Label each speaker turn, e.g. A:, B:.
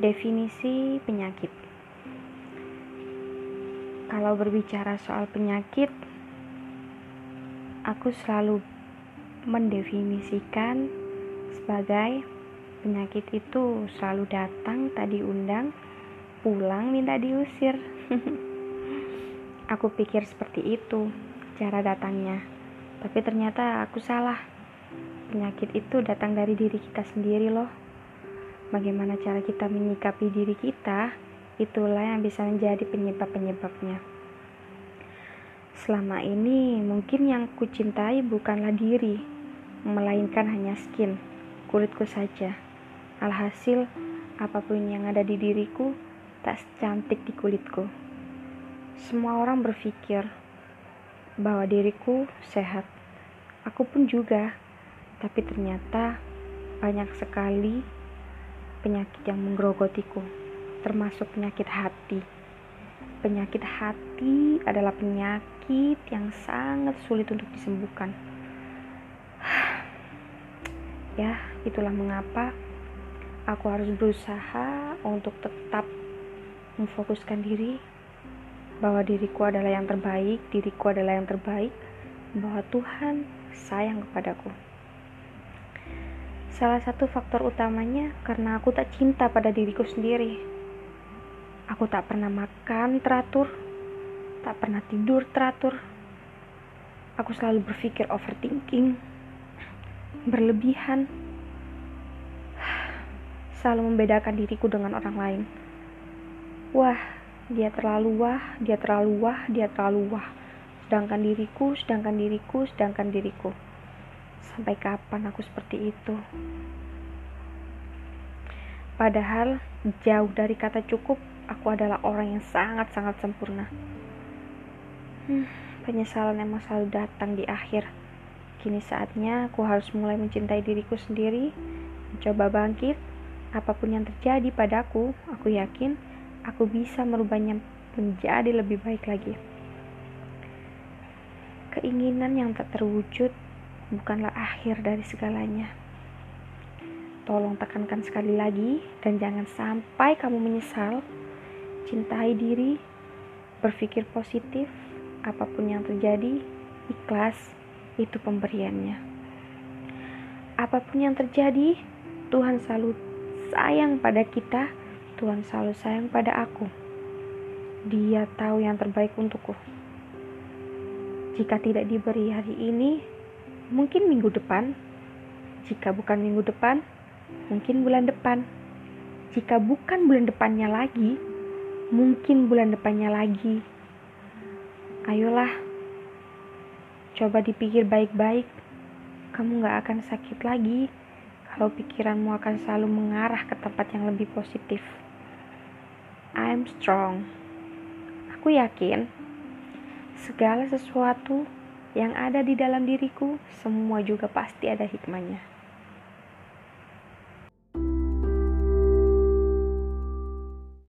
A: Definisi penyakit. Kalau berbicara soal penyakit, aku selalu mendefinisikan sebagai penyakit itu selalu datang, tak diundang, pulang minta diusir. Aku pikir seperti itu cara datangnya, tapi ternyata aku salah. Penyakit itu datang dari diri kita sendiri loh. Bagaimana cara kita menyikapi diri kita, itulah yang bisa menjadi penyebab-penyebabnya. Selama ini mungkin yang ku cintai bukanlah diri, melainkan hanya skin, kulitku saja. Alhasil, apapun yang ada di diriku tak secantik di kulitku. Semua orang berpikir bahwa diriku sehat. Aku pun juga, tapi ternyata banyak sekali penyakit yang menggerogotiku, termasuk penyakit hati. Penyakit hati adalah penyakit yang sangat sulit untuk disembuhkan. Ya, itulah mengapa aku harus berusaha untuk tetap memfokuskan diri bahwa diriku adalah yang terbaik, bahwa Tuhan sayang kepadaku. Salah satu faktor utamanya karena aku tak cinta pada diriku sendiri. Aku tak pernah makan teratur, tak pernah tidur teratur. Aku selalu berpikir overthinking, berlebihan, selalu membedakan diriku dengan orang lain. Wah, dia terlalu wah. Sedangkan diriku. Sampai kapan aku seperti itu? Padahal jauh dari kata cukup, aku adalah orang yang sangat-sangat sempurna. Penyesalan emang selalu datang di akhir. Kini saatnya aku harus mulai mencintai diriku sendiri, mencoba bangkit. Apapun yang terjadi padaku, aku yakin aku bisa merubahnya menjadi lebih baik lagi. Keinginan yang tak terwujud bukanlah akhir dari segalanya. Tolong tekankan sekali lagi dan jangan sampai kamu menyesal. Cintai diri, berpikir positif, apapun yang terjadi, ikhlas, itu pemberiannya. Apapun yang terjadi, Tuhan selalu sayang pada kita, Tuhan selalu sayang pada aku. Dia tahu yang terbaik untukku. Jika tidak diberi hari ini, mungkin minggu depan. Jika bukan minggu depan, mungkin bulan depan. Jika bukan bulan depannya lagi, mungkin bulan depannya lagi. Ayolah, coba dipikir baik-baik. Kamu gak akan sakit lagi kalau pikiranmu akan selalu mengarah ke tempat yang lebih positif. I'm strong. Aku yakin segala sesuatu yang ada di dalam diriku, semua juga pasti ada hikmahnya.